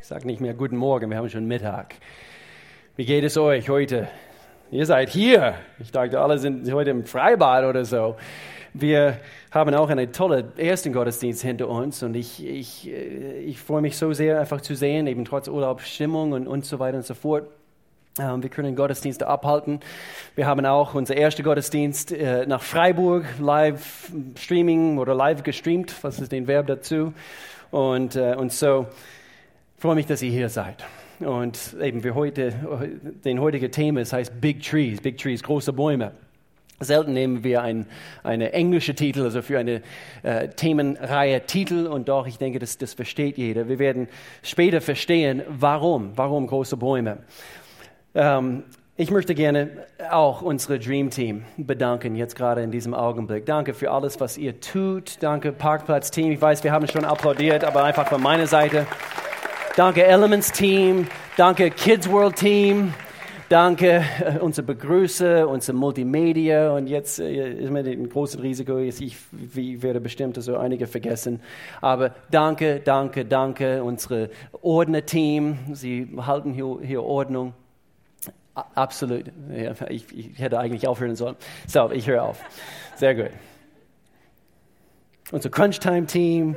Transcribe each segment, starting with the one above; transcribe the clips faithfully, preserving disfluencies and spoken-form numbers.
Ich sage nicht mehr guten Morgen, wir haben schon Mittag. Wie geht es euch heute? Ihr seid hier. Ich dachte, alle sind heute im Freibad oder so. Wir haben auch einen tollen ersten Gottesdienst hinter uns und ich, ich, ich freue mich so sehr, einfach zu sehen, eben trotz Urlaubsstimmung und, und so weiter und so fort. Wir können Gottesdienste abhalten. Wir haben auch unser erster Gottesdienst äh, nach Freiburg, live Streaming oder live gestreamt. Was ist den Verb dazu? Und, äh, und so freue mich, dass ihr hier seid. Und eben für heute, den heutigen Thema, es heißt Big Trees, Big Trees, große Bäume. Selten nehmen wir ein, eine englische Titel, also für eine äh, Themenreihe Titel, und doch, ich denke, das, das versteht jeder. Wir werden später verstehen, warum, warum große Bäume. Ähm, ich möchte gerne auch unsere Dream Team bedanken, jetzt gerade in diesem Augenblick. Danke für alles, was ihr tut. Danke Parkplatz Team. Ich weiß, wir haben schon applaudiert, aber einfach von meiner Seite. Danke Elements Team. Danke Kids World Team. Danke, äh, unsere Begrüßer, unsere Multimedia, und jetzt äh, ist mir ein großes Risiko, ich, ich werde bestimmt so einige vergessen, aber danke, danke, danke, unsere Ordner-Team, sie halten hier, hier Ordnung, A- absolut, ja, ich, ich hätte eigentlich aufhören sollen, so, ich höre auf, sehr gut. Unser Crunch-Time-Team,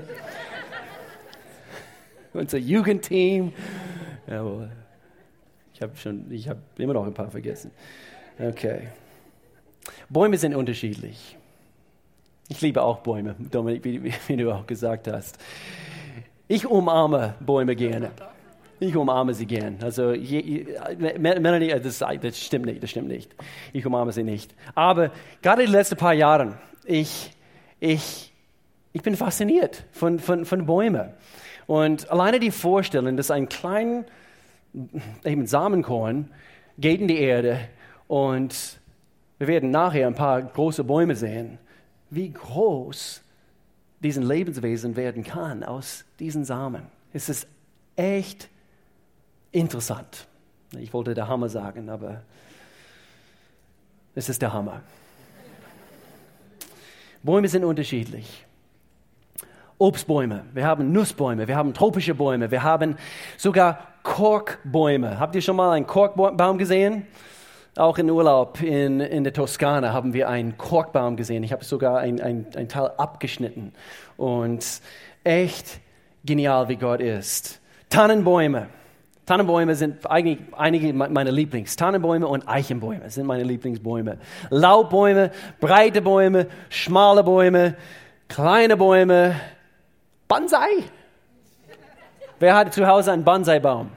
unser Jugendteam, jawohl. Ich habe schon, ich habe immer noch ein paar vergessen. Okay. Bäume sind unterschiedlich. Ich liebe auch Bäume, Dominik, wie, wie, wie du auch gesagt hast. Ich umarme Bäume gerne. Ich umarme sie gern. Also je, je, Melanie, das, das stimmt nicht, das stimmt nicht. Ich umarme sie nicht. Aber gerade die letzten paar Jahre, ich, ich, ich bin fasziniert von, von, von Bäumen. Und alleine die Vorstellung, dass ein kleiner eben Samenkorn geht in die Erde und wir werden nachher ein paar große Bäume sehen, wie groß diesen Lebenswesen werden kann aus diesen Samen. Es ist echt interessant. Ich wollte der Hammer sagen, aber es ist der Hammer. Bäume sind unterschiedlich. Obstbäume, wir haben Nussbäume, wir haben tropische Bäume, wir haben sogar Korkbäume. Habt ihr schon mal einen Korkbaum gesehen? Auch in Urlaub in, in der Toskana haben wir einen Korkbaum gesehen. Ich habe sogar ein, ein, ein Teil abgeschnitten. Und echt genial, wie Gott ist. Tannenbäume. Tannenbäume sind eigentlich einige meiner Lieblings. Tannenbäume und Eichenbäume sind meine Lieblingsbäume. Laubbäume, breite Bäume, schmale Bäume, kleine Bäume. Bonsai. Wer hat zu Hause einen Bonsai-Baum?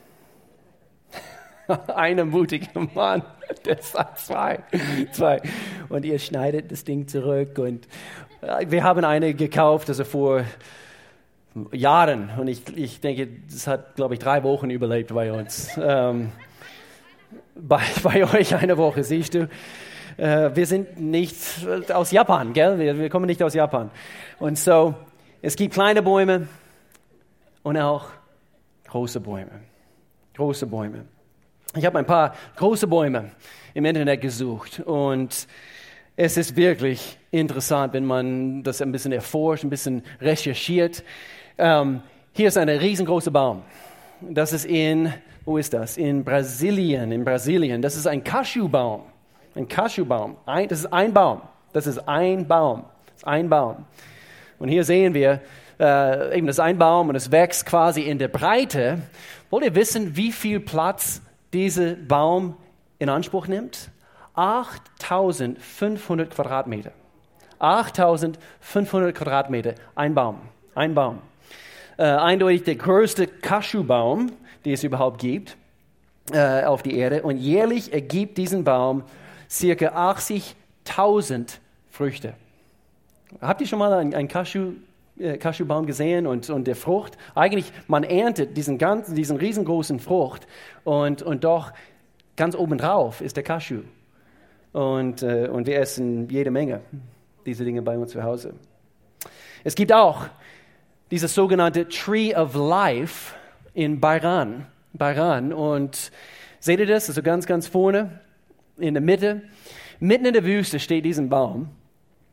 Ein mutiger Mann. Das sagt zwei. zwei. Und ihr schneidet das Ding zurück. Und wir haben eine gekauft, also vor Jahren. Und ich, ich denke, das hat, glaube ich, drei Wochen überlebt bei uns. Ähm, bei, bei euch eine Woche, siehst du. Äh, wir sind nicht aus Japan, gell? Wir, wir kommen nicht aus Japan. Und so, es gibt kleine Bäume und auch große Bäume. Große Bäume. Ich habe ein paar große Bäume im Internet gesucht und es ist wirklich interessant, wenn man das ein bisschen erforscht, ein bisschen recherchiert. Ähm, hier ist ein riesengroßer Baum. Das ist in, wo ist das? In Brasilien, in Brasilien. Das ist ein Cashewbaum. Ein Cashewbaum. Ein, das ist ein Baum. Das ist ein Baum. Das ist ein Baum. Und hier sehen wir, äh, eben das ist ein Baum und es wächst quasi in der Breite. Wollt ihr wissen, wie viel Platz dieser Baum in Anspruch nimmt? achttausendfünfhundert Quadratmeter. achttausendfünfhundert Quadratmeter, ein Baum. Ein Baum. Äh, eindeutig der größte Cashewbaum, den es überhaupt gibt äh, auf die Erde. Und jährlich ergibt diesen Baum circa achtzigtausend Früchte. Habt ihr schon mal einen, einen Cashew, äh, Cashewbaum gesehen und, und der Frucht? Eigentlich, man erntet diesen ganzen, diesen riesengroßen Frucht und, und doch ganz obendrauf ist der Cashew. Und, äh, und wir essen jede Menge diese Dinge bei uns zu Hause. Es gibt auch dieses sogenannte Tree of Life in Bahrain. Bahrain. Und seht ihr das? Also ganz, ganz vorne in der Mitte. Mitten in der Wüste steht dieser Baum.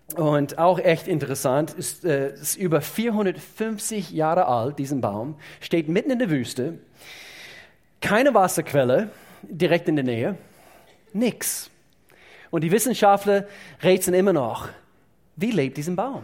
Und auch echt interessant, ist, äh, ist über vierhundertfünfzig Jahre alt, diesen Baum, steht mitten in der Wüste, keine Wasserquelle direkt in der Nähe, nix. Und die Wissenschaftler rätseln immer noch, wie lebt dieser Baum?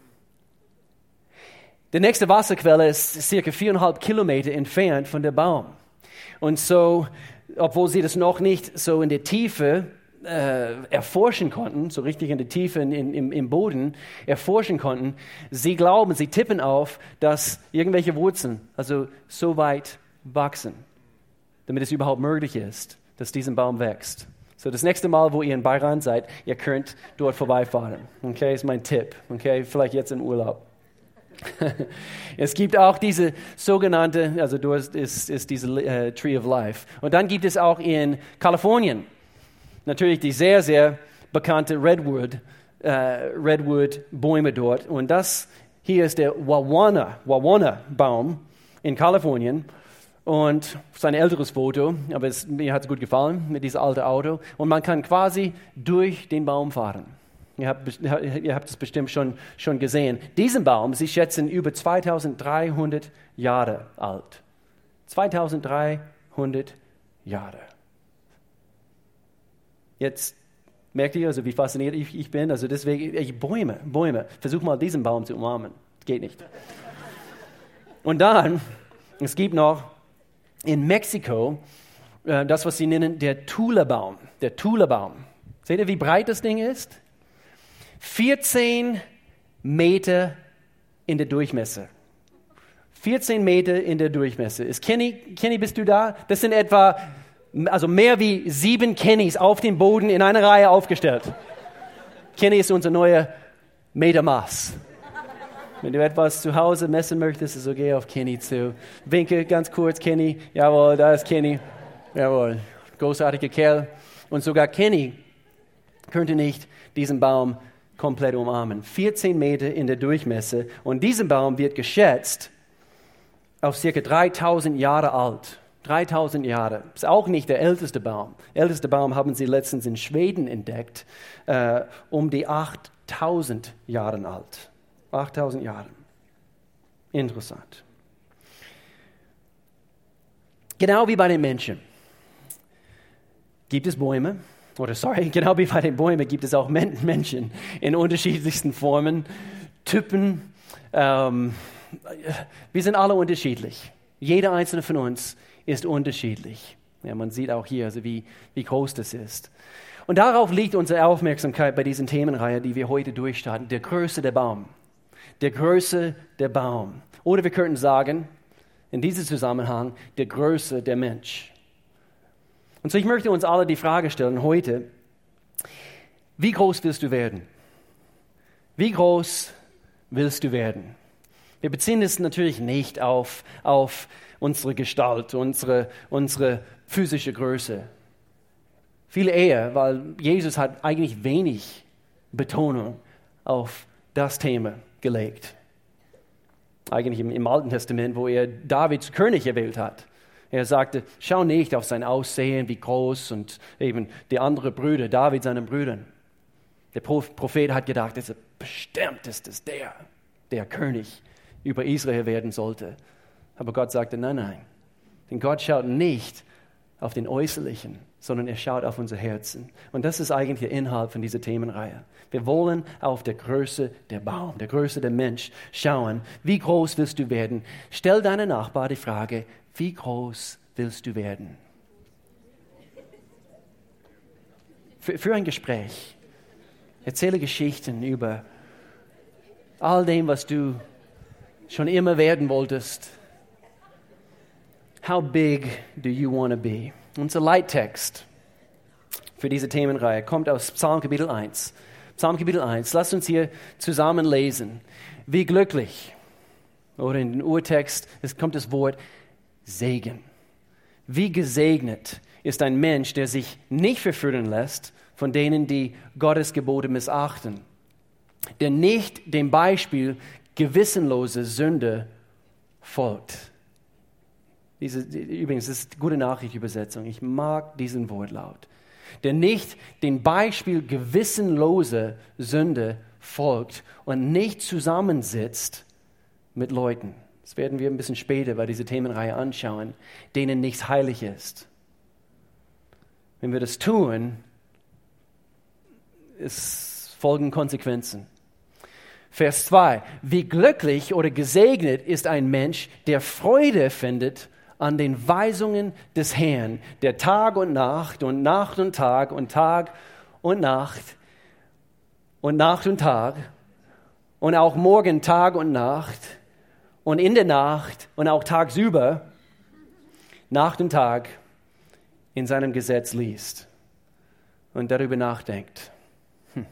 Die nächste Wasserquelle ist circa viereinhalb Kilometer entfernt von der Baum. Und so, obwohl sie das noch nicht so in der Tiefe äh, erforschen konnten, so richtig in der Tiefe in, in, im, im Boden erforschen konnten, sie glauben, sie tippen auf, dass irgendwelche Wurzeln also so weit wachsen, damit es überhaupt möglich ist, dass dieser Baum wächst. So, das nächste Mal, wo ihr in Bayern seid, ihr könnt dort vorbeifahren. Okay, ist mein Tipp. Okay, vielleicht jetzt im Urlaub. Es gibt auch diese sogenannte, also dort ist, ist diese uh, Tree of Life. Und dann gibt es auch in Kalifornien natürlich die sehr, sehr bekannte Redwood, uh, Redwood-Bäume dort. Und das hier ist der Wawona, Wawona-Baum in Kalifornien. Und es ist ein älteres Foto, aber es, mir hat es gut gefallen mit diesem alten Auto. Und man kann quasi durch den Baum fahren. Ihr habt, ihr habt es bestimmt schon, schon gesehen. Diesen Baum, sie schätzen über zweitausenddreihundert Jahre alt. zweitausenddreihundert Jahre. Jetzt merkt ihr also, wie fasziniert ich, ich bin. Also deswegen, ich, Bäume, Bäume. Versuch mal, diesen Baum zu umarmen. Geht nicht. Und dann, es gibt noch in Mexiko äh, das, was sie nennen, der Tula-Baum. Der Tula-Baum. Seht ihr, wie breit das Ding ist? vierzehn Meter in der Durchmesser. vierzehn Meter in der Durchmesser. Ist Kenny, Kenny, bist du da? Das sind etwa, also mehr wie sieben Kennys auf dem Boden in einer Reihe aufgestellt. Kenny ist unser neuer Metermaß. Wenn du etwas zu Hause messen möchtest, ist es okay, auf Kenny zu. Winke ganz kurz, Kenny. Jawohl, da ist Kenny. Jawohl, großartiger Kerl. Und sogar Kenny könnte nicht diesen Baum komplett umarmen. vierzehn Meter in der Durchmesser. Und dieser Baum wird geschätzt auf circa dreitausend Jahre alt. dreitausend Jahre. Ist auch nicht der älteste Baum. Der älteste Baum haben sie letztens in Schweden entdeckt, äh, um die achttausend Jahre alt. achttausend Jahre. Interessant. Genau wie bei den Menschen gibt es Bäume, oder sorry, genau wie bei den Bäumen gibt es auch Menschen in unterschiedlichsten Formen, Typen. Ähm, wir sind alle unterschiedlich. Jeder einzelne von uns ist unterschiedlich. Ja, man sieht auch hier, also wie, wie groß das ist. Und darauf liegt unsere Aufmerksamkeit bei diesen Themenreihe, die wir heute durchstarten. Der Größe der Baum. Der Größe der Baum. Oder wir könnten sagen, in diesem Zusammenhang, der Größe der Mensch. Und so, ich möchte uns alle die Frage stellen heute, wie groß willst du werden? Wie groß willst du werden? Wir beziehen es natürlich nicht auf, auf unsere Gestalt, unsere, unsere physische Größe. Viel eher, weil Jesus hat eigentlich wenig Betonung auf das Thema gelegt. Eigentlich im, im Alten Testament, wo er David zu König erwählt hat. Er sagte, schau nicht auf sein Aussehen, wie groß und eben die anderen Brüder, David seinen Brüdern. Der Prophet hat gedacht, es ist bestimmt ist es der, der König über Israel werden sollte. Aber Gott sagte, nein, nein. Denn Gott schaut nicht auf den Äußerlichen, sondern er schaut auf unser Herzen. Und das ist eigentlich der Inhalt von dieser Themenreihe. Wir wollen auf der Größe der Baum, der Größe der Mensch schauen. Wie groß willst du werden? Stell deinem Nachbar die Frage, wie groß willst du werden? Für, für ein Gespräch. Erzähle Geschichten über all dem, was du schon immer werden wolltest. How big do you want to be? Unser Leittext für diese Themenreihe kommt aus Psalm Kapitel eins. Psalm Kapitel eins. Lasst uns hier zusammen lesen. Wie glücklich, oder in den Urtext es kommt das Wort Segen. Wie gesegnet ist ein Mensch, der sich nicht verführen lässt von denen, die Gottes Gebote missachten, der nicht dem Beispiel gewissenloser Sünde folgt. Diese, übrigens, das ist eine gute Nachricht-Übersetzung. Ich mag diesen Wortlaut. Der nicht dem Beispiel gewissenloser Sünde folgt und nicht zusammensitzt mit Leuten. Das werden wir ein bisschen später bei dieser Themenreihe anschauen, denen nichts heilig ist. Wenn wir das tun, es folgen Konsequenzen. Vers zwei. Wie glücklich oder gesegnet ist ein Mensch, der Freude findet an den Weisungen des Herrn, der Tag und Nacht und Nacht und Tag und Tag und Nacht und Nacht und Tag und auch morgen Tag und Nacht und in der Nacht und auch tagsüber Nacht und Tag in seinem Gesetz liest und darüber nachdenkt. Hm.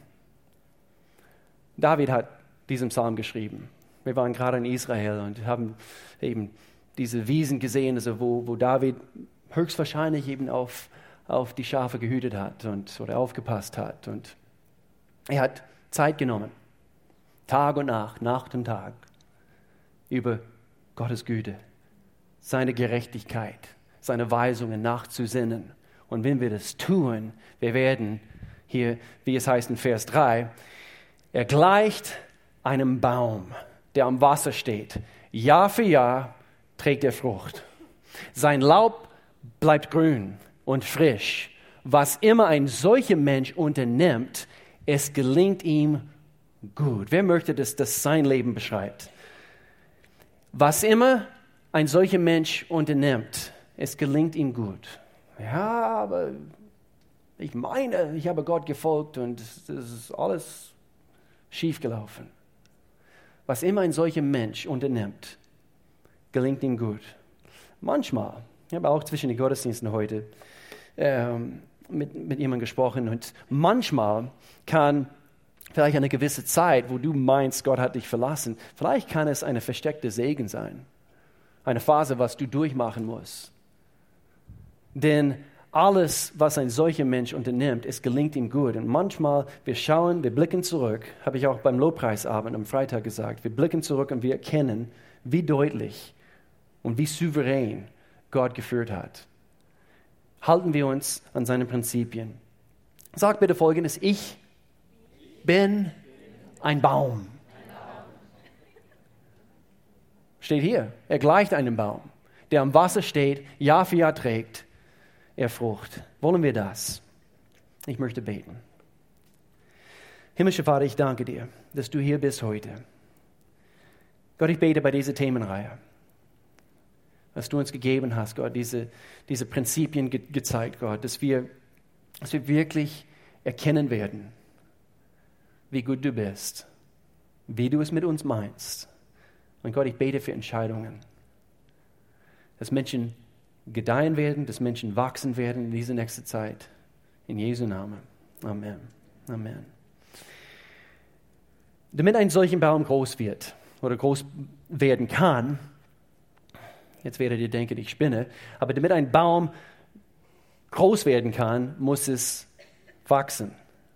David hat diesen Psalm geschrieben. Wir waren gerade in Israel und haben eben diese Wiesen gesehen, also wo, wo David höchstwahrscheinlich eben auf, auf die Schafe gehütet hat und, oder aufgepasst hat. Und er hat Zeit genommen, Tag und Nacht, Nacht und Tag, über Gottes Güte, seine Gerechtigkeit, seine Weisungen nachzusinnen. Und wenn wir das tun, wir werden hier, wie es heißt in Vers drei, er gleicht einem Baum, der am Wasser steht. Jahr für Jahr trägt er Frucht. Sein Laub bleibt grün und frisch. Was immer ein solcher Mensch unternimmt, es gelingt ihm gut. Wer möchte, dass das sein Leben beschreibt? Was immer ein solcher Mensch unternimmt, es gelingt ihm gut. Ja, aber ich meine, ich habe Gott gefolgt und das ist alles schiefgelaufen. Was immer ein solcher Mensch unternimmt, gelingt ihm gut. Manchmal, ich habe auch zwischen den Gottesdiensten heute ähm, mit, mit jemandem gesprochen und manchmal kann vielleicht eine gewisse Zeit, wo du meinst, Gott hat dich verlassen, vielleicht kann es eine versteckte Segen sein. Eine Phase, was du durchmachen musst. Denn alles, was ein solcher Mensch unternimmt, es gelingt ihm gut. Und manchmal, wir schauen, wir blicken zurück, habe ich auch beim Lobpreisabend am Freitag gesagt, wir blicken zurück und wir erkennen, wie deutlich und wie souverän Gott geführt hat. Halten wir uns an seine Prinzipien. Sag bitte Folgendes: Ich bin ein Baum. Steht hier, er gleicht einem Baum, der am Wasser steht, Jahr für Jahr trägt er Frucht. Wollen wir das? Ich möchte beten. Himmlischer Vater, ich danke dir, dass du hier bist heute. Gott, ich bete bei dieser Themenreihe, was du uns gegeben hast, Gott, diese, diese Prinzipien ge- gezeigt, Gott, dass wir, dass wir wirklich erkennen werden, wie gut du bist, wie du es mit uns meinst. Und Gott, ich bete für Entscheidungen, dass Menschen gedeihen werden, dass Menschen wachsen werden in dieser nächsten Zeit. In Jesu Namen. Amen. Amen. Damit ein solcher Baum groß wird oder groß werden kann, jetzt werdet ihr denken, ich spinne, aber damit ein Baum groß werden kann, muss es wachsen.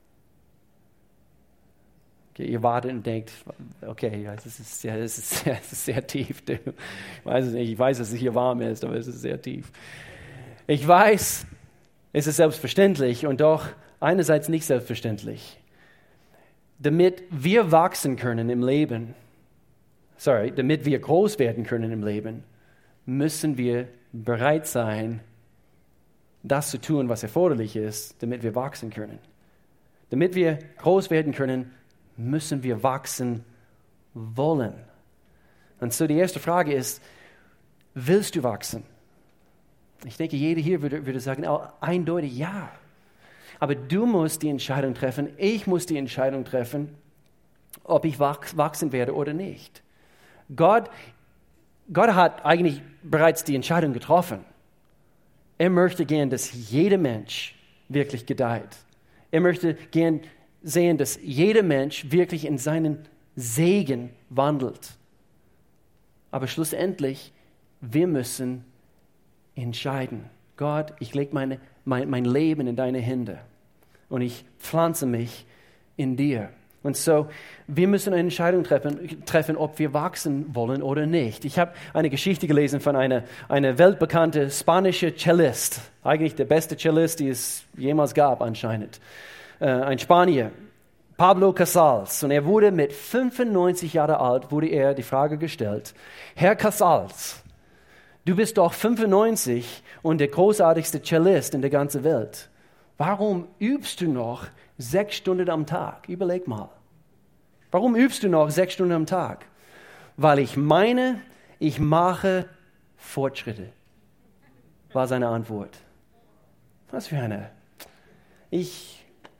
Okay, ihr wartet und denkt, okay, ja, das ist sehr, das ist sehr, das ist sehr tief. Ich weiß es nicht, ich weiß, dass es hier warm ist, aber es ist sehr tief. Ich weiß, es ist selbstverständlich und doch einerseits nicht selbstverständlich. Damit wir wachsen können im Leben, sorry, damit wir groß werden können im Leben, müssen wir bereit sein, das zu tun, was erforderlich ist, damit wir wachsen können. Damit wir groß werden können, müssen wir wachsen wollen. Und so die erste Frage ist, willst du wachsen? Ich denke, jeder hier würde, würde sagen, oh, eindeutig ja. Aber du musst die Entscheidung treffen, ich muss die Entscheidung treffen, ob ich wachsen werde oder nicht. Gott, Gott hat eigentlich bereits die Entscheidung getroffen. Er möchte gern, dass jeder Mensch wirklich gedeiht. Er möchte gern sehen, dass jeder Mensch wirklich in seinen Segen wandelt. Aber schlussendlich, wir müssen entscheiden. Gott, ich lege meine, mein, mein Leben in deine Hände und ich pflanze mich in dir. Und so, wir müssen eine Entscheidung treffen, treffen, ob wir wachsen wollen oder nicht. Ich habe eine Geschichte gelesen von einer, einer weltbekannten spanischen Cellist, eigentlich der beste Cellist, die es jemals gab anscheinend. Ein Spanier, Pablo Casals. Und er wurde mit fünfundneunzig Jahren alt, wurde er die Frage gestellt, Herr Casals, du bist doch fünfundneunzig und der großartigste Cellist in der ganzen Welt. Warum übst du noch sechs Stunden am Tag? Überleg mal. Warum übst du noch sechs Stunden am Tag? Weil ich meine, ich mache Fortschritte, war seine Antwort. Was für eine. Ich,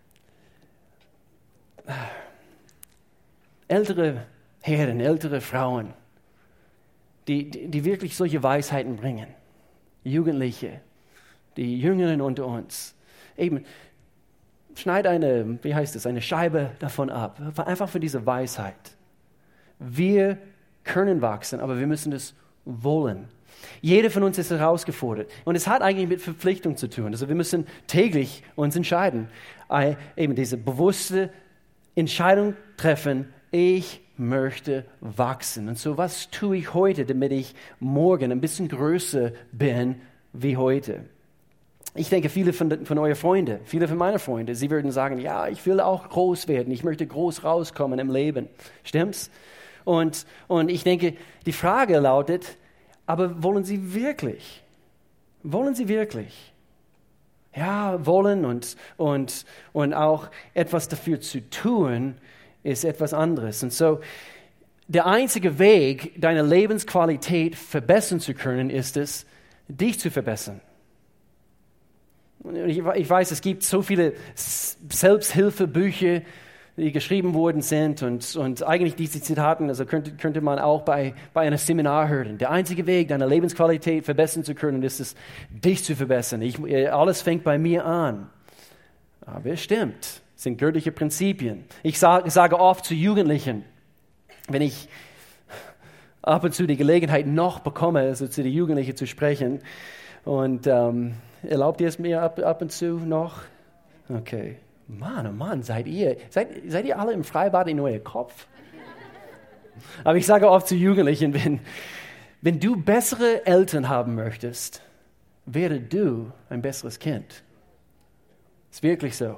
ältere Herren, ältere Frauen, die, die, die wirklich solche Weisheiten bringen. Jugendliche, die Jüngeren unter uns. Eben, schneid eine, wie heißt es, eine Scheibe davon ab. Einfach für diese Weisheit. Wir können wachsen, aber wir müssen es wollen. Jeder von uns ist herausgefordert. Und es hat eigentlich mit Verpflichtung zu tun. Also wir müssen täglich uns entscheiden. Eben diese bewusste Entscheidung treffen, ich möchte wachsen. Und so, was tue ich heute, damit ich morgen ein bisschen größer bin wie heute? Ich denke, viele von, von euren Freunden, viele von meinen Freunden, sie würden sagen, ja, ich will auch groß werden, ich möchte groß rauskommen im Leben. Stimmt's? Und, und ich denke, die Frage lautet, aber wollen Sie wirklich? Wollen Sie wirklich? Ja, wollen und, und, und auch etwas dafür zu tun, ist etwas anderes. Und so, der einzige Weg, deine Lebensqualität verbessern zu können, ist es, dich zu verbessern. Und ich, ich weiß, es gibt so viele Selbsthilfebücher, die geschrieben worden sind und, und eigentlich diese Zitaten, also könnte, könnte man auch bei, bei einem Seminar hören. Der einzige Weg, deine Lebensqualität verbessern zu können, ist es, dich zu verbessern. Ich, alles fängt bei mir an. Aber es stimmt, es sind göttliche Prinzipien. Ich sage, sage oft zu Jugendlichen, wenn ich ab und zu die Gelegenheit noch bekomme, also zu den Jugendlichen zu sprechen, und ähm, erlaubt ihr es mir ab, ab und zu noch? Okay. Mann, oh Mann, seid ihr, seid, seid ihr alle im Freibad in eurem Kopf? Aber ich sage oft zu Jugendlichen, wenn, wenn du bessere Eltern haben möchtest, werde du ein besseres Kind. Ist wirklich so.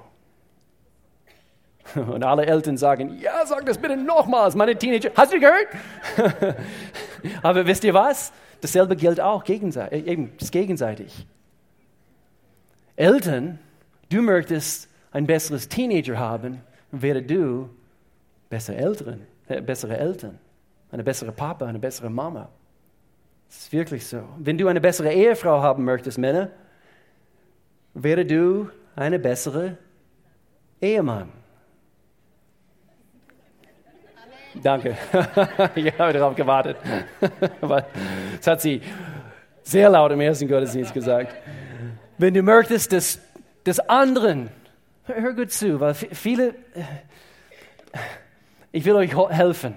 Und alle Eltern sagen, ja, sag das bitte nochmals, meine Teenager. Hast du gehört? Aber wisst ihr was? Dasselbe gilt auch gegenseitig, eben, ist gegenseitig. Eltern, du möchtest ein besseres Teenager haben, werde du bessere Eltern, äh, bessere Eltern, eine bessere Papa, eine bessere Mama. Das ist wirklich so. Wenn du eine bessere Ehefrau haben möchtest, Männer, werde du eine bessere Ehemann. Amen. Danke. Ich habe darauf gewartet. Das hat sie sehr laut im ersten Gottesdienst gesagt. Wenn du möchtest, dass des anderen, hör gut zu, weil viele, ich will euch helfen.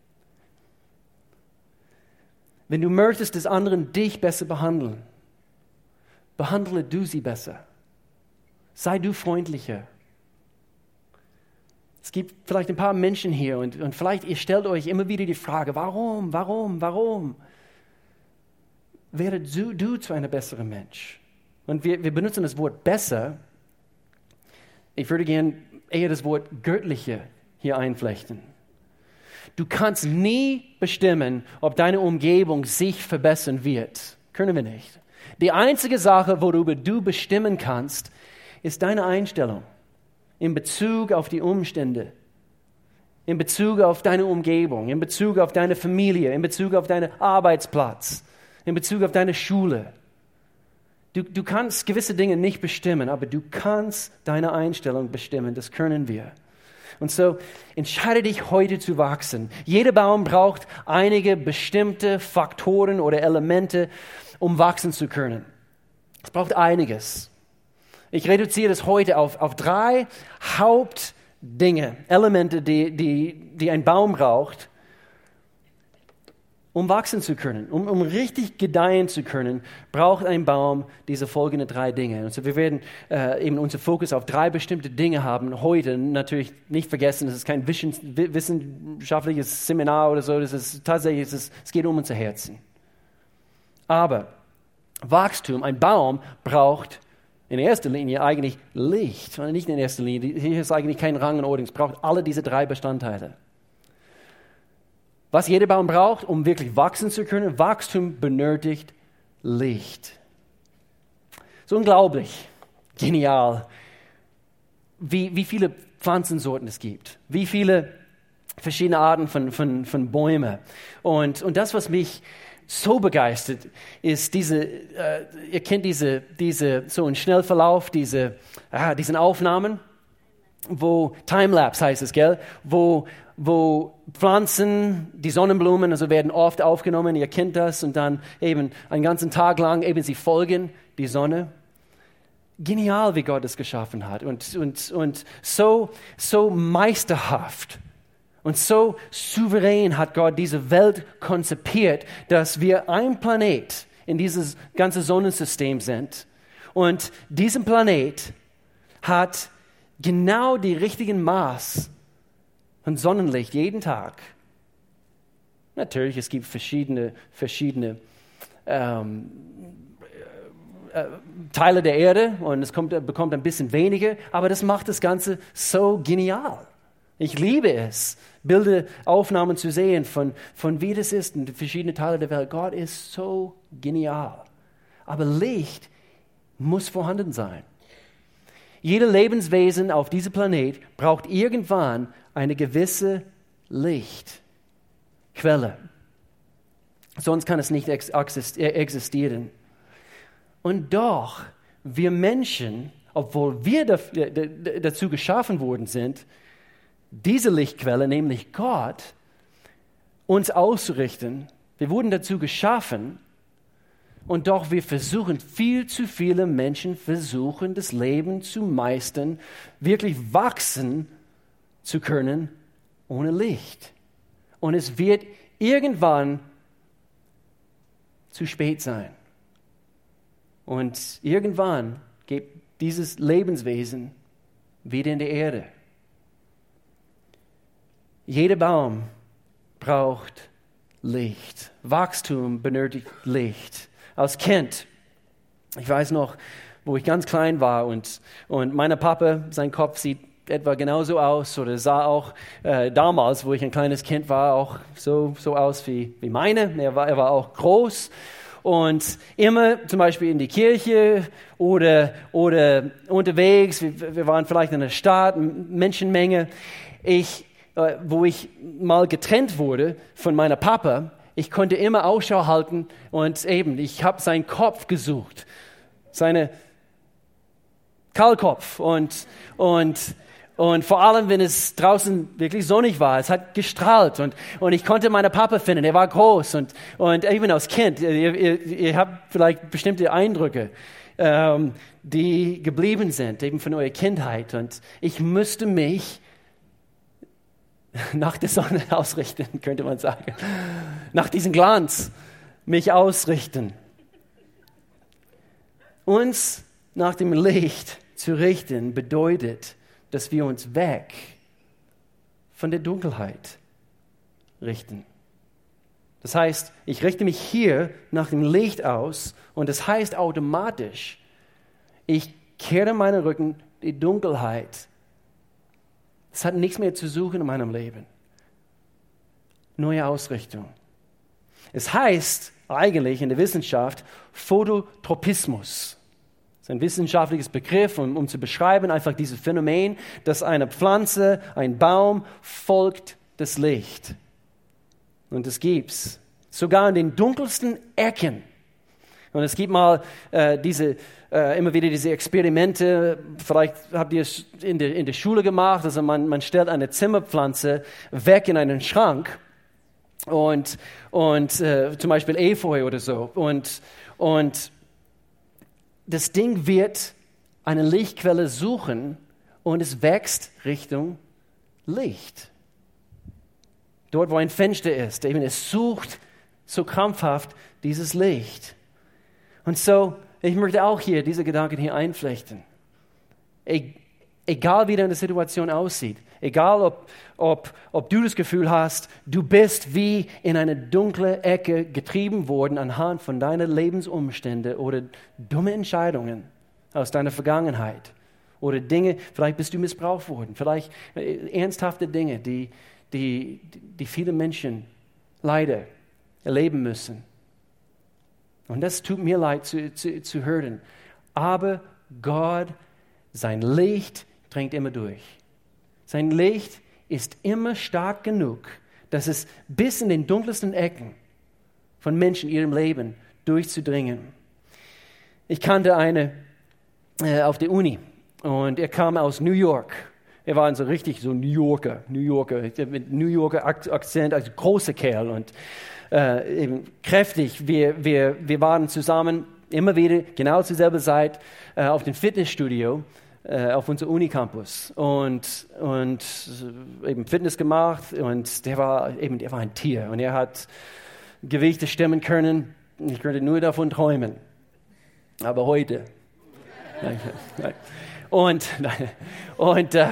Wenn du möchtest, dass anderen dich besser behandeln, behandle du sie besser. Sei du freundlicher. Es gibt vielleicht ein paar Menschen hier und, und vielleicht ihr stellt euch immer wieder die Frage, warum, warum, warum? Werde du, du zu einem besseren Mensch. Und wir, wir benutzen das Wort besser. Ich würde gerne eher das Wort göttliche hier einflechten. Du kannst nie bestimmen, ob deine Umgebung sich verbessern wird. Können wir nicht. Die einzige Sache, worüber du bestimmen kannst, ist deine Einstellung in Bezug auf die Umstände, in Bezug auf deine Umgebung, in Bezug auf deine Familie, in Bezug auf deinen Arbeitsplatz, in Bezug auf deine Schule. Du, du kannst gewisse Dinge nicht bestimmen, aber du kannst deine Einstellung bestimmen. Das können wir. Und so entscheide dich heute zu wachsen. Jeder Baum braucht einige bestimmte Faktoren oder Elemente, um wachsen zu können. Es braucht einiges. Ich reduziere das heute auf, auf drei Hauptdinge, Elemente, die, die, die ein Baum braucht, um wachsen zu können. Um, um richtig gedeihen zu können, braucht ein Baum diese folgenden drei Dinge. Und so wir werden äh, eben unseren Fokus auf drei bestimmte Dinge haben. Heute natürlich nicht vergessen, das ist kein wissenschaftliches Seminar oder so, das ist tatsächlich, es, ist, es geht um unser Herzen. Aber Wachstum, ein Baum braucht In erster Linie eigentlich Licht, und nicht in erster Linie. Hier ist eigentlich kein Rang und Ordnung. Es braucht alle diese drei Bestandteile. Was jeder Baum braucht, um wirklich wachsen zu können, Wachstum benötigt Licht. So unglaublich, genial, wie, wie viele Pflanzensorten es gibt, wie viele verschiedene Arten von, von, von Bäumen. Und, und das, was mich so begeistert, ist diese, äh, ihr kennt diese, diese so einen Schnellverlauf, diese, ah, diesen Aufnahmen, wo, Timelapse heißt es, gell, wo, wo Pflanzen, die Sonnenblumen, also werden oft aufgenommen, ihr kennt das, und dann eben einen ganzen Tag lang, eben sie folgen die Sonne. Genial, wie Gott es geschaffen hat, und, und, und so, so meisterhaft und so souverän hat Gott diese Welt konzipiert, dass wir ein Planet in dieses ganze Sonnensystem sind, und dieser Planet hat genau die richtigen Maß von Sonnenlicht jeden Tag. Natürlich, es gibt verschiedene, verschiedene ähm, äh, Teile der Erde, und es kommt, bekommt ein bisschen weniger, aber das macht das Ganze so genial. Ich liebe es, Bilderaufnahmen zu sehen von, von wie das ist in verschiedenen Teilen der Welt. Gott ist so genial. Aber Licht muss vorhanden sein. Jeder Lebenswesen auf diesem Planet braucht irgendwann eine gewisse Lichtquelle. Sonst kann es nicht existieren. Und doch, wir Menschen, obwohl wir dazu geschaffen worden sind, diese Lichtquelle, nämlich Gott, uns auszurichten, wir wurden dazu geschaffen, und doch wir versuchen, viel zu viele Menschen versuchen, das Leben zu meistern, wirklich wachsen zu können ohne Licht. Und es wird irgendwann zu spät sein. Und irgendwann geht dieses Lebenswesen wieder in die Erde. Jeder Baum braucht Licht. Wachstum benötigt Licht. Als Kind, ich weiß noch, wo ich ganz klein war, und, und mein Papa, sein Kopf sieht etwa genauso aus, oder sah auch äh, damals, wo ich ein kleines Kind war, auch so, so aus wie, wie meine. Er war, er war auch groß. Und immer zum Beispiel in die Kirche oder, oder unterwegs, wir, wir waren vielleicht in einer Stadt, Menschenmenge, ich, äh, wo ich mal getrennt wurde von meiner Papa, ich konnte immer Ausschau halten, und eben, ich habe seinen Kopf gesucht, seine Kahlkopf, und, und, und vor allem, wenn es draußen wirklich sonnig war, es hat gestrahlt, und, und ich konnte meinen Papa finden, er war groß, und, und eben als Kind, ihr, ihr, ihr habt vielleicht bestimmte Eindrücke, ähm, die geblieben sind, eben von eurer Kindheit, und ich müsste mich nach der Sonne ausrichten, könnte man sagen. Nach diesem Glanz mich ausrichten. Uns nach dem Licht zu richten, bedeutet, dass wir uns weg von der Dunkelheit richten. Das heißt, ich richte mich hier nach dem Licht aus, und das heißt automatisch, ich kehre meinen Rücken die Dunkelheit. Es hat nichts mehr zu suchen in meinem Leben. Neue Ausrichtung. Es heißt eigentlich in der Wissenschaft Phototropismus. Das ist ein wissenschaftliches Begriff, um, um zu beschreiben einfach dieses Phänomen, dass eine Pflanze, ein Baum folgt das Licht. Und das gibt's sogar in den dunkelsten Ecken. Und es gibt mal äh, diese Äh, immer wieder diese Experimente, vielleicht habt ihr es in der, in der Schule gemacht, also man, man stellt eine Zimmerpflanze weg in einen Schrank, und, und äh, zum Beispiel Efeu oder so, und, und das Ding wird eine Lichtquelle suchen, und es wächst Richtung Licht. Dort, wo ein Fenster ist, eben es sucht so krampfhaft dieses Licht. Und so, ich möchte auch hier diese Gedanken hier einflechten. E- egal wie deine Situation aussieht, egal ob, ob, ob du das Gefühl hast, du bist wie in eine dunkle Ecke getrieben worden anhand von deinen Lebensumständen oder dumme Entscheidungen. aus deiner Vergangenheit. Oder Dinge, vielleicht bist du missbraucht worden. Vielleicht äh, ernsthafte Dinge, die, die, die viele Menschen leider erleben müssen. Und das tut mir leid zu, zu, zu hören. Aber Gott, sein Licht dringt immer durch. Sein Licht ist immer stark genug, dass es bis in den dunkelsten Ecken von Menschen in ihrem Leben durchzudringen. Ich kannte eine äh, auf der Uni und er kam aus New York. Er war so richtig so New Yorker, New Yorker, mit New Yorker Akzent, also großer Kerl und äh, eben kräftig. Wir, wir, wir waren zusammen immer wieder genau zur selben Zeit äh, auf dem Fitnessstudio äh, auf unserem Unicampus und, und eben Fitness gemacht und der war eben, der war ein Tier und er hat Gewichte stemmen können. Ich könnte nur davon träumen. Aber heute. Nein, nein. Und, nein, und äh,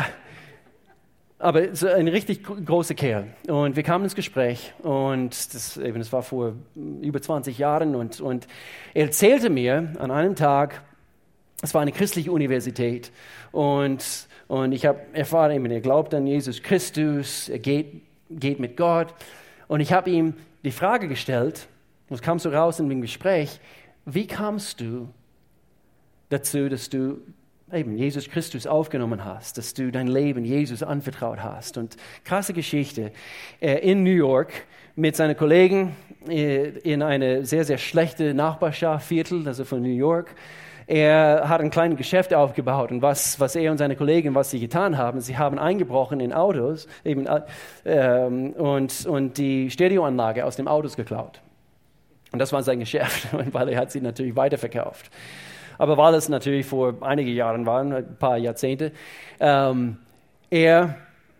aber so ein richtig großer Kerl. Und wir kamen ins Gespräch und das, eben, das war vor über zwanzig Jahren und, und er erzählte mir an einem Tag, es war eine christliche Universität und, und ich habe erfahren, eben, er glaubt an Jesus Christus, er geht, geht mit Gott und ich habe ihm die Frage gestellt, und es kam so raus in dem Gespräch, wie kamst du dazu, dass du eben Jesus Christus aufgenommen hast, dass du dein Leben Jesus anvertraut hast? Und krasse Geschichte. In New York mit seinen Kollegen in eine sehr, sehr schlechte Nachbarschaft, Viertel, also von New York. Er hat ein kleines Geschäft aufgebaut und was, was er und seine Kollegen, was sie getan haben, sie haben eingebrochen in Autos eben, ähm, und, und die Stereoanlage aus den Autos geklaut. Und das war sein Geschäft, weil er hat sie natürlich weiterverkauft. Aber weil es natürlich vor einigen Jahren waren, ein paar Jahrzehnte, ähm, er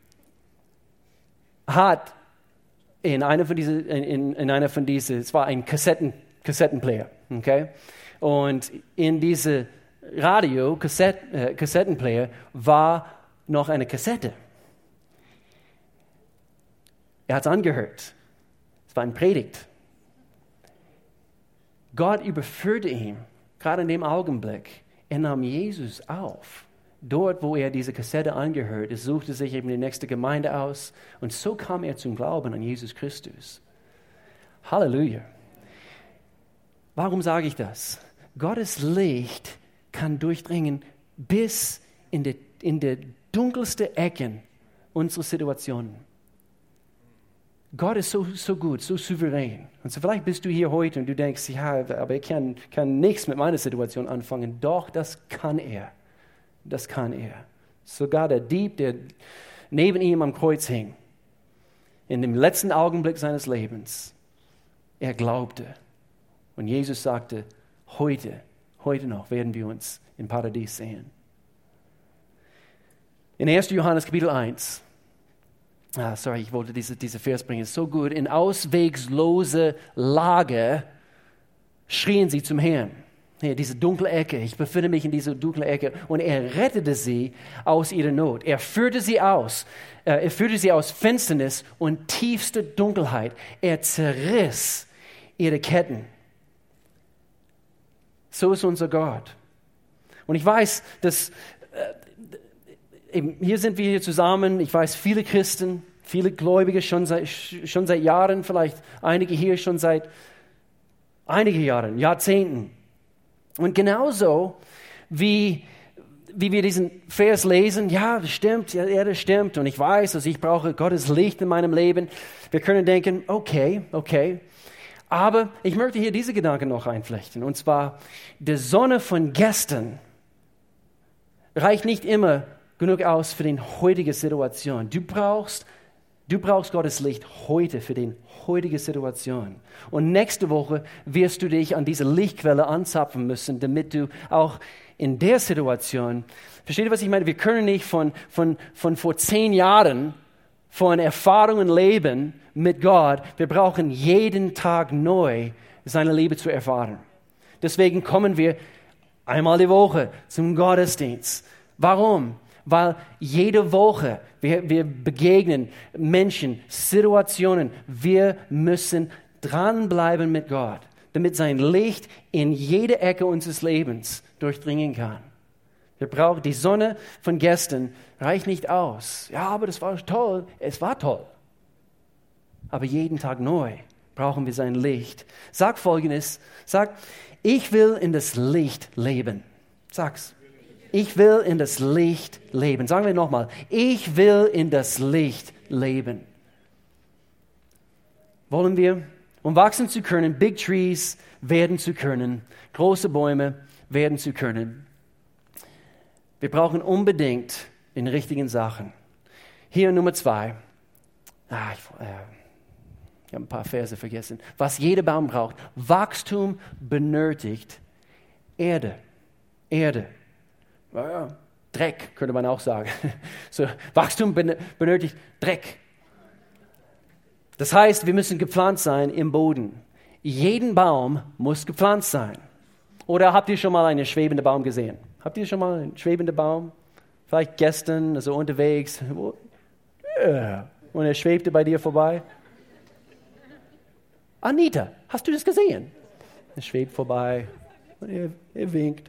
hat in einer von diesen, in, in einer von diesen, es war ein Kassetten, Kassettenplayer, okay? Und in diese Radio, Kassett, äh, Kassettenplayer war noch eine Kassette. Er hat es angehört. Es war eine Predigt. Gott überführte ihn, gerade in dem Augenblick. Er nahm Jesus auf. Dort, wo er diese Kassette angehört, er suchte sich eben die nächste Gemeinde aus. Und so kam er zum Glauben an Jesus Christus. Halleluja. Warum sage ich das? Gottes Licht kann durchdringen bis in die, in die dunkelste Ecken unserer Situationen. Gott ist so, so gut, so souverän. Und so vielleicht bist du hier heute und du denkst, ja, aber ich kann, kann nichts mit meiner Situation anfangen. Doch, das kann er. Das kann er. Sogar der Dieb, der neben ihm am Kreuz hing, in dem letzten Augenblick seines Lebens, er glaubte. Und Jesus sagte, heute, heute noch werden wir uns im Paradies sehen. In erster Johannes Kapitel eins, Ah, sorry, ich wollte diese, diese Vers bringen. Es ist so gut. In auswegsloser Lage schrien sie zum Herrn. Hier, diese dunkle Ecke. Ich befinde mich in dieser dunklen Ecke. Und er rettete sie aus ihrer Not. Er führte sie aus. Äh, er führte sie aus Finsternis und tiefster Dunkelheit. Er zerriss ihre Ketten. So ist unser Gott. Und ich weiß, dass Eben, hier sind wir hier zusammen, ich weiß, viele Christen, viele Gläubige schon seit, schon seit Jahren, vielleicht einige hier schon seit einigen Jahren, Jahrzehnten. Und genauso wie, wie wir diesen Vers lesen, ja, das stimmt, ja, ja, das stimmt und ich weiß, dass ich brauche Gottes Licht in meinem Leben. Wir können denken, okay, okay, aber ich möchte hier diese Gedanken noch einflechten. Und zwar, die Sonne von gestern reicht nicht immer genug aus für die heutige Situation. Du brauchst, du brauchst Gottes Licht heute für die heutige Situation. Und nächste Woche wirst du dich an diese Lichtquelle anzapfen müssen, damit du auch in der Situation, versteht ihr, was ich meine? Wir können nicht von, von, von vor zehn Jahren von Erfahrungen leben mit Gott. Wir brauchen jeden Tag neu seine Liebe zu erfahren. Deswegen kommen wir einmal die Woche zum Gottesdienst. Warum? Weil jede Woche wir, wir begegnen Menschen, Situationen. Wir müssen dranbleiben mit Gott. damit sein Licht in jede Ecke unseres Lebens durchdringen kann. Wir brauchen die Sonne von gestern, reicht nicht aus. Ja, aber das war toll. Es war toll. Aber jeden Tag neu brauchen wir sein Licht. Sag Folgendes, sag, ich will in das Licht leben. Sag's. Ich will in das Licht leben. Sagen wir nochmal, ich will in das Licht leben. Wollen wir, um wachsen zu können, Big Trees werden zu können, große Bäume werden zu können. Wir brauchen unbedingt den richtigen Sachen. Hier Nummer zwei. Ah, ich, äh, ich habe ein paar Verse vergessen. Was jeder Baum braucht. Wachstum benötigt Erde. Erde. Ja, Dreck, könnte man auch sagen. So, Wachstum benötigt Dreck. Das heißt, wir müssen gepflanzt sein im Boden. Jeden Baum muss gepflanzt sein. Oder habt ihr schon mal einen schwebenden Baum gesehen? Habt ihr schon mal einen schwebenden Baum? Vielleicht gestern, also unterwegs. Ja. Und er schwebte bei dir vorbei. Anita, hast du das gesehen? Er schwebt vorbei. Und er, er winkt.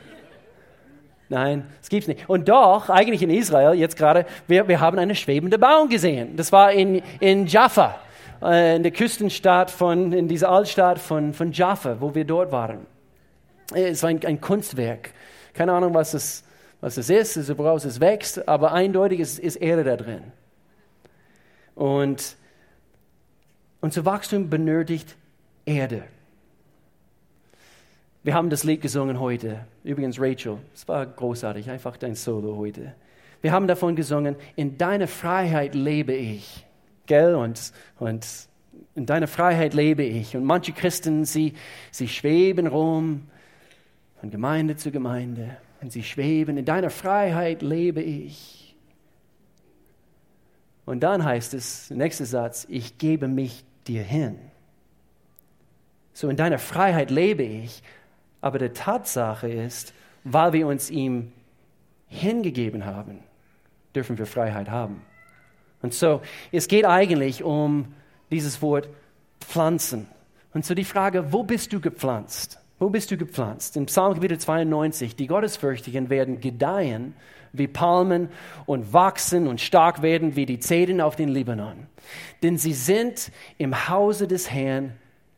Nein, das gibt's nicht. Und doch, eigentlich in Israel, jetzt gerade, wir, wir haben einen schwebenden Baum gesehen. Das war in, in Jaffa, äh, in der Küstenstadt von, in dieser Altstadt von, von Jaffa, wo wir dort waren. Es war ein, ein Kunstwerk. Keine Ahnung, was es, was es ist, also woraus es wächst, aber eindeutig ist, ist Erde da drin. Und, und zu Wachstum benötigt Erde. Wir haben das Lied gesungen heute. Übrigens, Rachel, es war großartig, einfach dein Solo heute. Wir haben davon gesungen, in deiner Freiheit lebe ich. Gell? Und, und in deiner Freiheit lebe ich. Und manche Christen, sie, sie schweben rum von Gemeinde zu Gemeinde. Und sie schweben, in deiner Freiheit lebe ich. Und dann heißt es, der nächste Satz, ich gebe mich dir hin. So, in deiner Freiheit lebe ich. Aber die Tatsache ist, weil wir uns ihm hingegeben haben, dürfen wir Freiheit haben. Und so, es geht eigentlich um dieses Wort pflanzen. Und so die Frage, wo bist du gepflanzt? Wo bist du gepflanzt? In Psalm Kapitel zweiundneunzig, die Gottesfürchtigen werden gedeihen wie Palmen und wachsen und stark werden wie die Zedern auf den Libanon. Denn sie sind im Hause des Herrn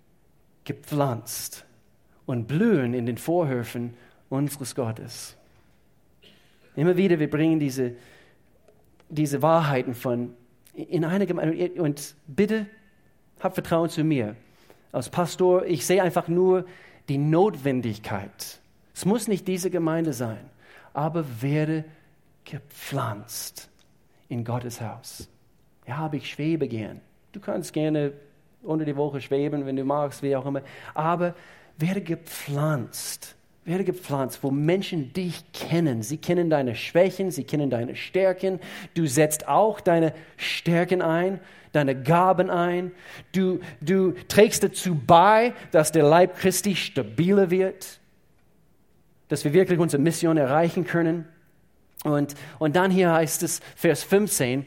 gepflanzt und blühen in den Vorhöfen unseres Gottes. Immer wieder, wir bringen diese, diese Wahrheiten von in eine Gemeinde. Und bitte, habt Vertrauen zu mir. Als Pastor, ich sehe einfach nur die Notwendigkeit. Es muss nicht diese Gemeinde sein, aber werde gepflanzt in Gottes Haus. Ja, aber ich schwebe gern. Du kannst gerne unter die Woche schweben, wenn du magst, wie auch immer. Aber werde gepflanzt, werde gepflanzt, wo Menschen dich kennen. Sie kennen deine Schwächen, sie kennen deine Stärken. Du setzt auch deine Stärken ein, deine Gaben ein. Du, du trägst dazu bei, dass der Leib Christi stabiler wird, dass wir wirklich unsere Mission erreichen können. Und, und dann hier heißt es, Vers fünfzehn,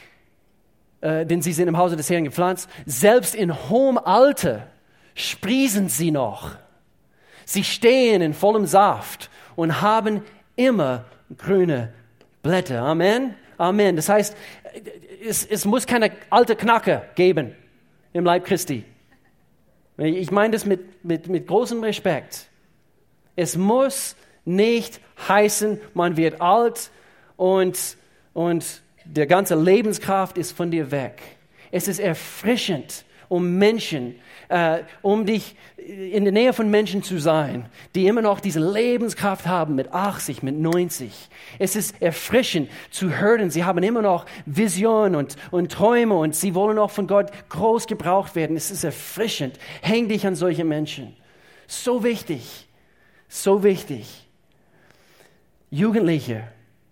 äh, denn sie sind im Hause des Herrn gepflanzt, selbst in hohem Alter sprießen sie noch. Sie stehen in vollem Saft und haben immer grüne Blätter. Amen? Amen. Das heißt, es, es muss keine alte Knacke geben im Leib Christi. Ich meine das mit, mit, mit großem Respekt. Es muss nicht heißen, man wird alt und, und der ganze Lebenskraft ist von dir weg. Es ist erfrischend, um Menschen, äh, um dich in der Nähe von Menschen zu sein, die immer noch diese Lebenskraft haben mit achtzig, mit neunzig. Es ist erfrischend zu hören, sie haben immer noch Visionen und, und Träume und sie wollen auch von Gott groß gebraucht werden. Es ist erfrischend. Häng dich an solche Menschen. So wichtig, so wichtig. Jugendliche,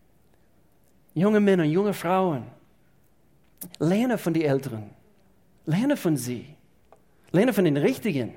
junge Männer, junge Frauen, lerne von den Älteren. Lerne von sie. Lerne von den Richtigen.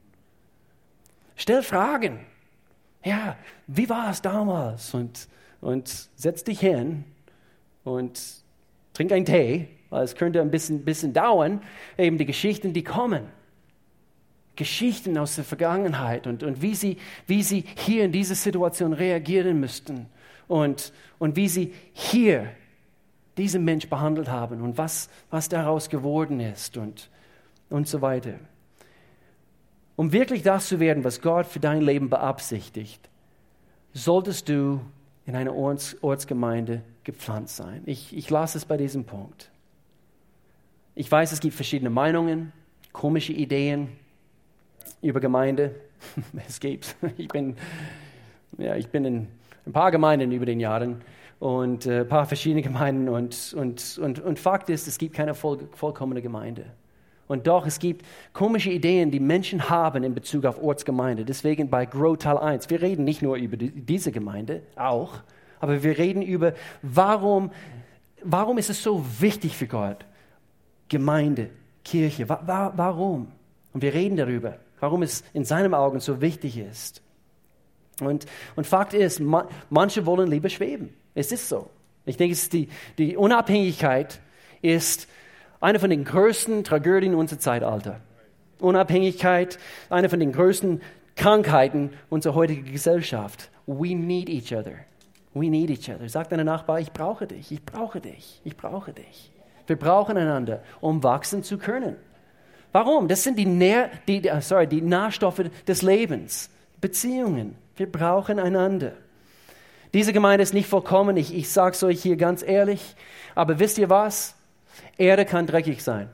Stell Fragen. Ja, wie war es damals? Und, und setz dich hin und trink einen Tee, weil es könnte ein bisschen, bisschen dauern, eben die Geschichten, die kommen. Geschichten aus der Vergangenheit und, und wie, sie, wie sie hier in dieser Situation reagieren müssten und, und wie sie hier diesen Mensch behandelt haben und was, was daraus geworden ist und, und so weiter. Um wirklich das zu werden, was Gott für dein Leben beabsichtigt, solltest du in einer Orts, Ortsgemeinde gepflanzt sein. Ich, ich lasse es bei diesem Punkt. Ich weiß, es gibt verschiedene Meinungen, komische Ideen über Gemeinde. Es gibt. Ich bin, ja, ich bin in ein paar Gemeinden über den Jahren und äh, ein paar verschiedene Gemeinden und, und, und, und Fakt ist, es gibt keine voll, vollkommene Gemeinde. Und doch, es gibt komische Ideen, die Menschen haben in Bezug auf Ortsgemeinde. Deswegen bei Grow Teil eins, wir reden nicht nur über die, diese Gemeinde, auch, aber wir reden über, warum, warum ist es so wichtig für Gott? Gemeinde, Kirche, wa, wa, warum? Und wir reden darüber, warum es in seinen Augen so wichtig ist. Und, und Fakt ist, ma, manche wollen lieber schweben. Es ist so. Ich denke, es ist die, die Unabhängigkeit ist eine von den größten Tragödien unserer Zeitalter. Unabhängigkeit, eine von den größten Krankheiten unserer heutigen Gesellschaft. We need each other. We need each other. Sag deinem Nachbar, ich brauche dich, ich brauche dich, ich brauche dich. Wir brauchen einander, um wachsen zu können. Warum? Das sind die, Nähr, die, sorry, die Nährstoffe des Lebens. Beziehungen. Wir brauchen einander. Diese Gemeinde ist nicht vollkommen, ich, ich sage es euch hier ganz ehrlich, aber wisst ihr was? Erde kann dreckig sein.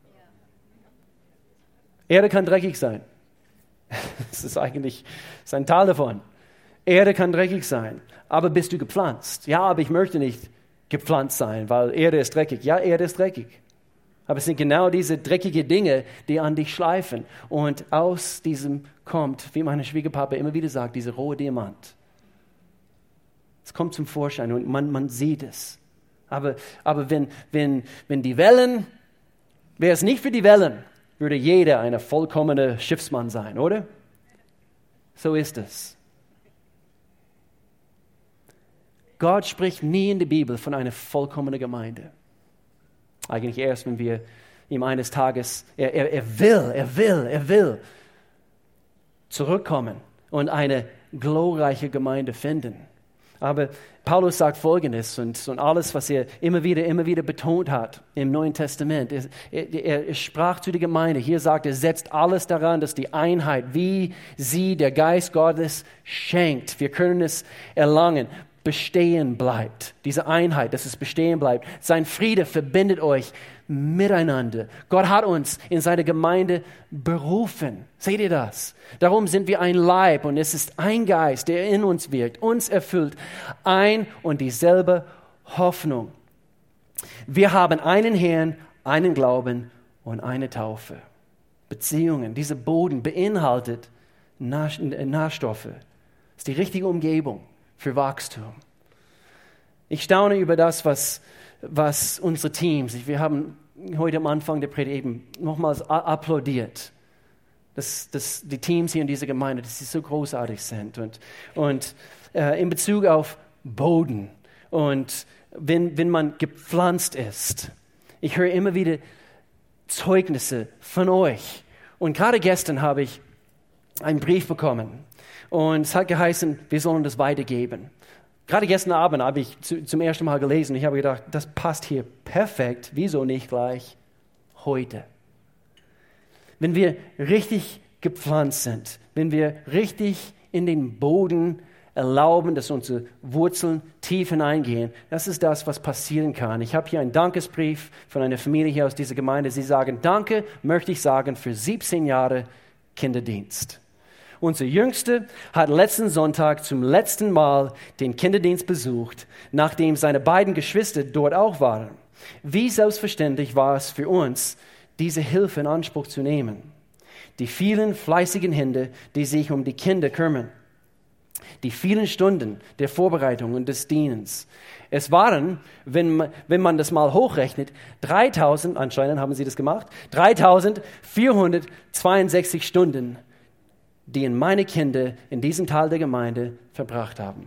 Erde kann dreckig sein. Das ist eigentlich das ist ein Teil davon. Erde kann dreckig sein, aber bist du gepflanzt? Ja, aber ich möchte nicht gepflanzt sein, weil Erde ist dreckig. Ja, Erde ist dreckig. Aber es sind genau diese dreckigen Dinge, die an dich schleifen. Und aus diesem kommt, wie mein Schwiegerpapa immer wieder sagt, dieser rohe Diamant. Es kommt zum Vorschein und man, man sieht es. Aber, aber wenn, wenn, wenn die Wellen, wäre es nicht für die Wellen, würde jeder ein vollkommener Schiffsmann sein, oder? So ist es. Gott spricht nie in der Bibel von einer vollkommenen Gemeinde. Eigentlich erst, wenn wir ihm eines Tages, er, er, er will, er will, er will zurückkommen und eine glorreiche Gemeinde finden. Aber Paulus sagt Folgendes und, und alles, was er immer wieder, immer wieder betont hat im Neuen Testament. Er, er, er sprach zu der Gemeinde. Hier sagt er, setzt alles daran, dass die Einheit, wie sie der Geist Gottes schenkt, wir können es erlangen, bestehen bleibt. Diese Einheit, dass es bestehen bleibt. Sein Friede verbindet euch miteinander. Gott hat uns in seine Gemeinde berufen. Seht ihr das? Darum sind wir ein Leib und es ist ein Geist, der in uns wirkt, uns erfüllt. Ein und dieselbe Hoffnung. Wir haben einen Herrn, einen Glauben und eine Taufe. Beziehungen, dieser Boden beinhaltet Nährstoffe. Das ist die richtige Umgebung für Wachstum. Ich staune über das, was, was unsere Teams, wir haben heute am Anfang der Predigt eben nochmals applaudiert, dass, dass die Teams hier in dieser Gemeinde, dass sie so großartig sind. Und, und äh, in Bezug auf Boden und wenn, wenn man gepflanzt ist, ich höre immer wieder Zeugnisse von euch. Und gerade gestern habe ich einen Brief bekommen. Und es hat geheißen, wir sollen das weitergeben. Gerade gestern Abend habe ich zu, zum ersten Mal gelesen. Ich habe gedacht, das passt hier perfekt. Wieso nicht gleich heute? Wenn wir richtig gepflanzt sind, wenn wir richtig in den Boden erlauben, dass unsere Wurzeln tief hineingehen, das ist das, was passieren kann. Ich habe hier einen Dankesbrief von einer Familie hier aus dieser Gemeinde. Sie sagen, danke, möchte ich sagen, für siebzehn Jahre Kinderdienst. Unser Jüngster hat letzten Sonntag zum letzten Mal den Kinderdienst besucht, nachdem seine beiden Geschwister dort auch waren. Wie selbstverständlich war es für uns, diese Hilfe in Anspruch zu nehmen. Die vielen fleißigen Hände, die sich um die Kinder kümmern. Die vielen Stunden der Vorbereitung und des Dienens. Es waren, wenn man, wenn man das mal hochrechnet, dreitausend, anscheinend haben sie das gemacht, dreitausendvierhundertzweiundsechzig Stunden, die meine Kinder in diesem Teil der Gemeinde verbracht haben.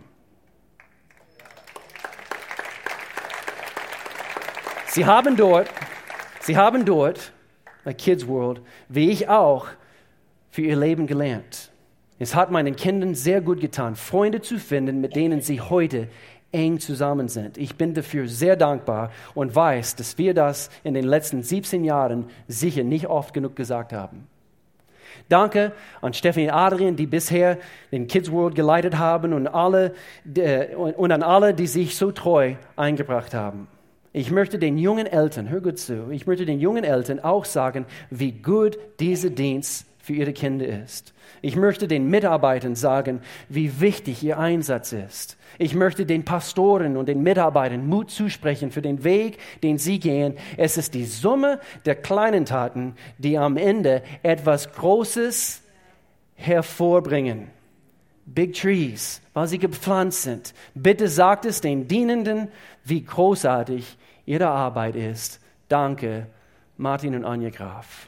Sie haben dort, sie haben dort, bei Kids World, wie ich auch, für ihr Leben gelernt. Es hat meinen Kindern sehr gut getan, Freunde zu finden, mit denen sie heute eng zusammen sind. Ich bin dafür sehr dankbar und weiß, dass wir das in den letzten siebzehn Jahren sicher nicht oft genug gesagt haben. Danke an Stephanie und Adrian, die bisher den Kids World geleitet haben und, alle, äh, und an alle, die sich so treu eingebracht haben. Ich möchte den jungen Eltern, hör gut zu, ich möchte den jungen Eltern auch sagen, wie gut dieser Dienst für ihre Kinder ist. Ich möchte den Mitarbeitern sagen, wie wichtig ihr Einsatz ist. Ich möchte den Pastoren und den Mitarbeitern Mut zusprechen für den Weg, den sie gehen. Es ist die Summe der kleinen Taten, die am Ende etwas Großes hervorbringen. Big Trees, weil sie gepflanzt sind. Bitte sagt es den Dienenden, wie großartig ihre Arbeit ist. Danke, Martin und Anja Graf.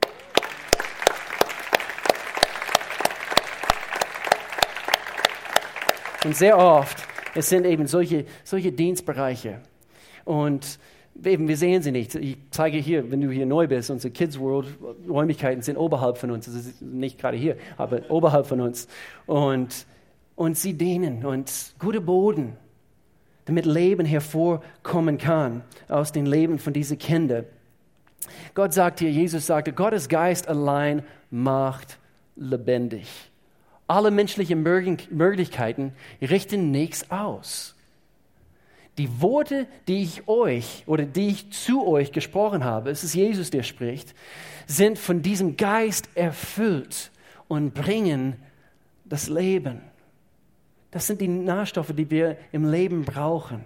Und sehr oft, es sind eben solche, solche Dienstbereiche. Und eben, wir sehen sie nicht. Ich zeige hier, wenn du hier neu bist, unsere Kids World Räumlichkeiten sind oberhalb von uns. Das ist nicht gerade hier, aber oberhalb von uns. Und, und sie dienen und guter Boden, damit Leben hervorkommen kann aus den Leben von diesen Kindern. Gott sagt hier, Jesus sagte, Gottes Geist allein macht lebendig. Alle menschlichen Möglichkeiten richten nichts aus. Die Worte, die ich euch oder die ich zu euch gesprochen habe, es ist Jesus, der spricht, sind von diesem Geist erfüllt und bringen das Leben. Das sind die Nährstoffe, die wir im Leben brauchen.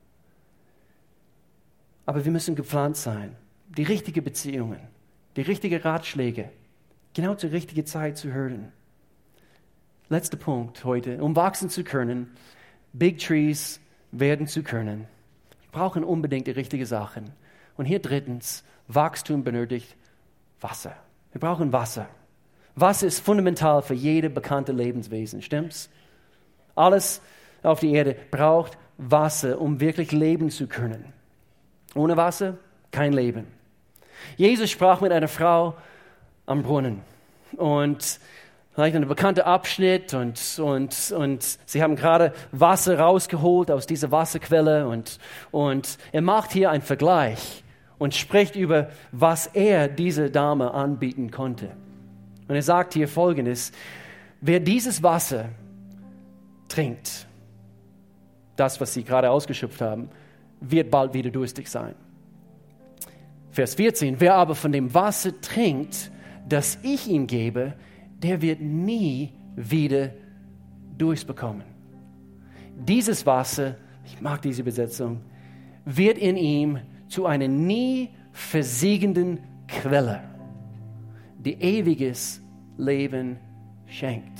Aber wir müssen gepflanzt sein, die richtigen Beziehungen, die richtigen Ratschläge, genau zur richtigen Zeit zu hören. Letzter Punkt heute, um wachsen zu können, Big Trees werden zu können. Wir brauchen unbedingt die richtigen Sachen. Und hier drittens, Wachstum benötigt Wasser. Wir brauchen Wasser. Wasser ist fundamental für jede bekannte Lebenswesen, stimmt's? Alles auf der Erde braucht Wasser, um wirklich leben zu können. Ohne Wasser kein Leben. Jesus sprach mit einer Frau am Brunnen und vielleicht ein bekannter Abschnitt und, und, und sie haben gerade Wasser rausgeholt aus dieser Wasserquelle und, und er macht hier einen Vergleich und spricht über, was er dieser Dame anbieten konnte. Und er sagt hier Folgendes: Wer dieses Wasser trinkt, das, was sie gerade ausgeschöpft haben, wird bald wieder durstig sein. Vers vierzehn, wer aber von dem Wasser trinkt, das ich ihm gebe, der wird nie wieder Durst bekommen. Dieses Wasser, ich mag diese Übersetzung, wird in ihm zu einer nie versiegenden Quelle, die ewiges Leben schenkt.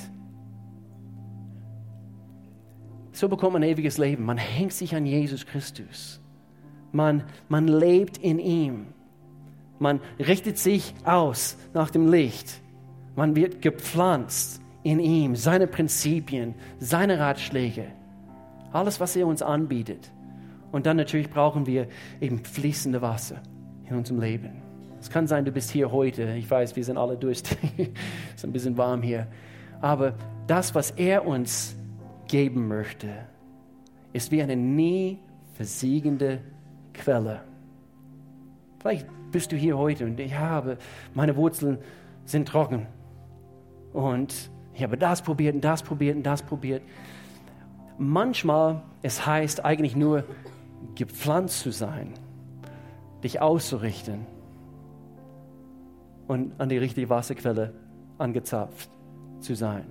So bekommt man ewiges Leben. Man hängt sich an Jesus Christus. Man, man lebt in ihm. Man richtet sich aus nach dem Licht. Man wird gepflanzt in ihm, seine Prinzipien, seine Ratschläge, alles, was er uns anbietet. Und dann natürlich brauchen wir eben fließende Wasser in unserem Leben. Es kann sein, du bist hier heute. Ich weiß, wir sind alle durstig. Es ist ein bisschen warm hier. Aber das, was er uns geben möchte, ist wie eine nie versiegende Quelle. Vielleicht bist du hier heute und ich habe, meine Wurzeln sind trocken. Und ich habe das probiert und das probiert und das probiert. Manchmal, es heißt eigentlich nur, gepflanzt zu sein, dich auszurichten und an die richtige Wasserquelle angezapft zu sein.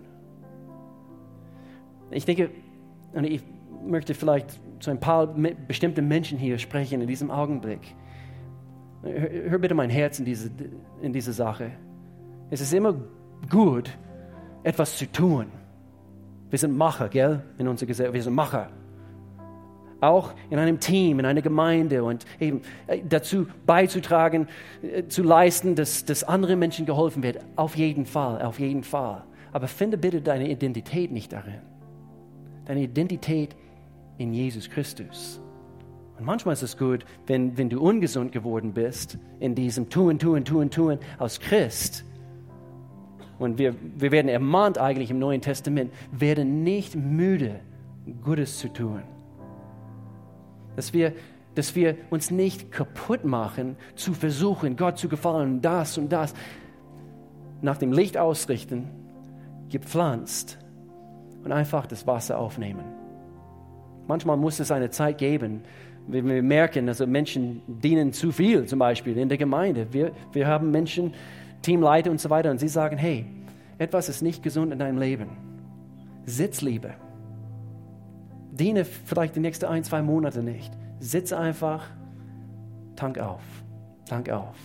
Ich denke, und ich möchte vielleicht zu ein paar bestimmten Menschen hier sprechen in diesem Augenblick. Hör, hör bitte mein Herz in diese, in diese Sache. Es ist immer gut, etwas zu tun. Wir sind Macher, gell? In unserer Gesellschaft. Wir sind Macher. Auch in einem Team, in einer Gemeinde und eben dazu beizutragen, zu leisten, dass, dass anderen Menschen geholfen wird. Auf jeden Fall, auf jeden Fall. Aber finde bitte deine Identität nicht darin. Deine Identität in Jesus Christus. Und manchmal ist es gut, wenn, wenn du ungesund geworden bist, in diesem Tun, Tun, Tun, Tun als Christ. und wir, wir werden ermahnt eigentlich im Neuen Testament, werde nicht müde, Gutes zu tun. Dass wir, dass wir uns nicht kaputt machen, zu versuchen, Gott zu gefallen, das und das. Nach dem Licht ausrichten, gepflanzt und einfach das Wasser aufnehmen. Manchmal muss es eine Zeit geben, wenn wir merken, also Menschen dienen zu viel, zum Beispiel in der Gemeinde. Wir, wir haben Menschen, Teamleiter und so weiter, und sie sagen, hey, etwas ist nicht gesund in deinem Leben. Sitz lieber. Diene vielleicht die nächsten ein, zwei Monate nicht. Sitz einfach, tank auf, tank auf.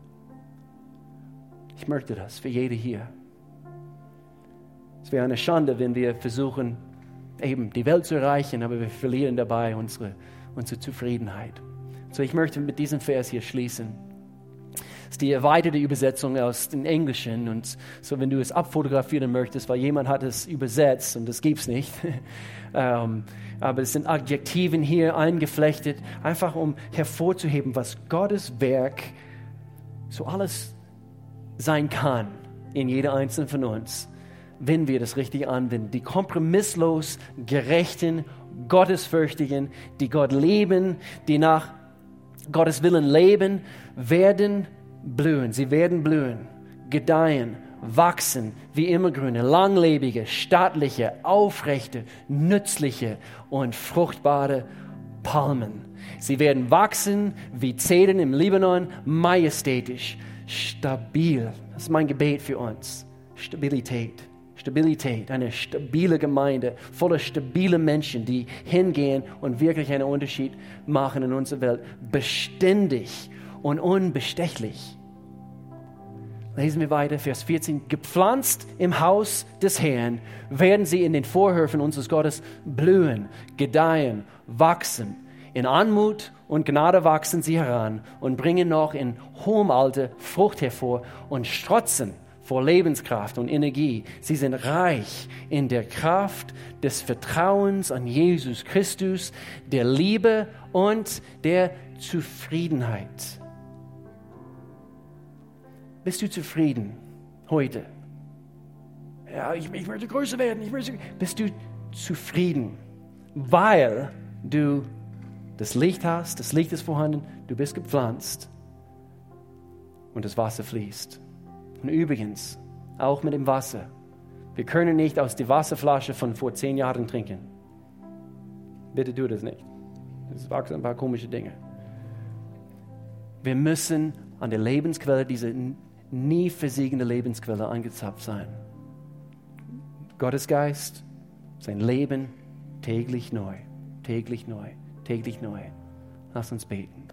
Ich möchte das für jede hier. Es wäre eine Schande, wenn wir versuchen, eben die Welt zu erreichen, aber wir verlieren dabei unsere, unsere Zufriedenheit. So, ich möchte mit diesem Vers hier schließen. Das ist die erweiterte Übersetzung aus dem Englischen. Und so, wenn du es abfotografieren möchtest, weil jemand hat es übersetzt und das gibt es nicht. ähm, aber es sind Adjektiven hier eingeflechtet, einfach um hervorzuheben, was Gottes Werk so alles sein kann in jeder einzelnen von uns, wenn wir das richtig anwenden. Die kompromisslos Gerechten, Gottesfürchtigen, die Gott lieben, die nach Gottes Willen leben, werden blühen. Sie werden blühen, gedeihen, wachsen wie immergrüne, langlebige, stattliche, aufrechte, nützliche und fruchtbare Palmen. Sie werden wachsen wie Zedern im Libanon, majestätisch, stabil. Das ist mein Gebet für uns. Stabilität. Stabilität. Eine stabile Gemeinde, voller stabile Menschen, die hingehen und wirklich einen Unterschied machen in unserer Welt. Beständig und unbestechlich. Lesen wir weiter, Vers vierzehn. Gepflanzt im Haus des Herrn werden sie in den Vorhöfen unseres Gottes blühen, gedeihen, wachsen. In Anmut und Gnade wachsen sie heran und bringen noch in hohem Alter Frucht hervor und strotzen vor Lebenskraft und Energie. Sie sind reich in der Kraft des Vertrauens an Jesus Christus, der Liebe und der Zufriedenheit. Bist du zufrieden heute? Ja, ich, ich möchte größer werden. Ich möchte, bist du zufrieden, weil du das Licht hast, das Licht ist vorhanden, du bist gepflanzt und das Wasser fließt. Und übrigens, auch mit dem Wasser, wir können nicht aus der Wasserflasche von vor zehn Jahren trinken. Bitte tu das nicht. Es wachsen ein paar komische Dinge. Wir müssen an der Lebensquelle, diese nie versiegende Lebensquelle angezapft sein. Gottes Geist, sein Leben täglich neu, täglich neu. täglich neu. Lass uns beten.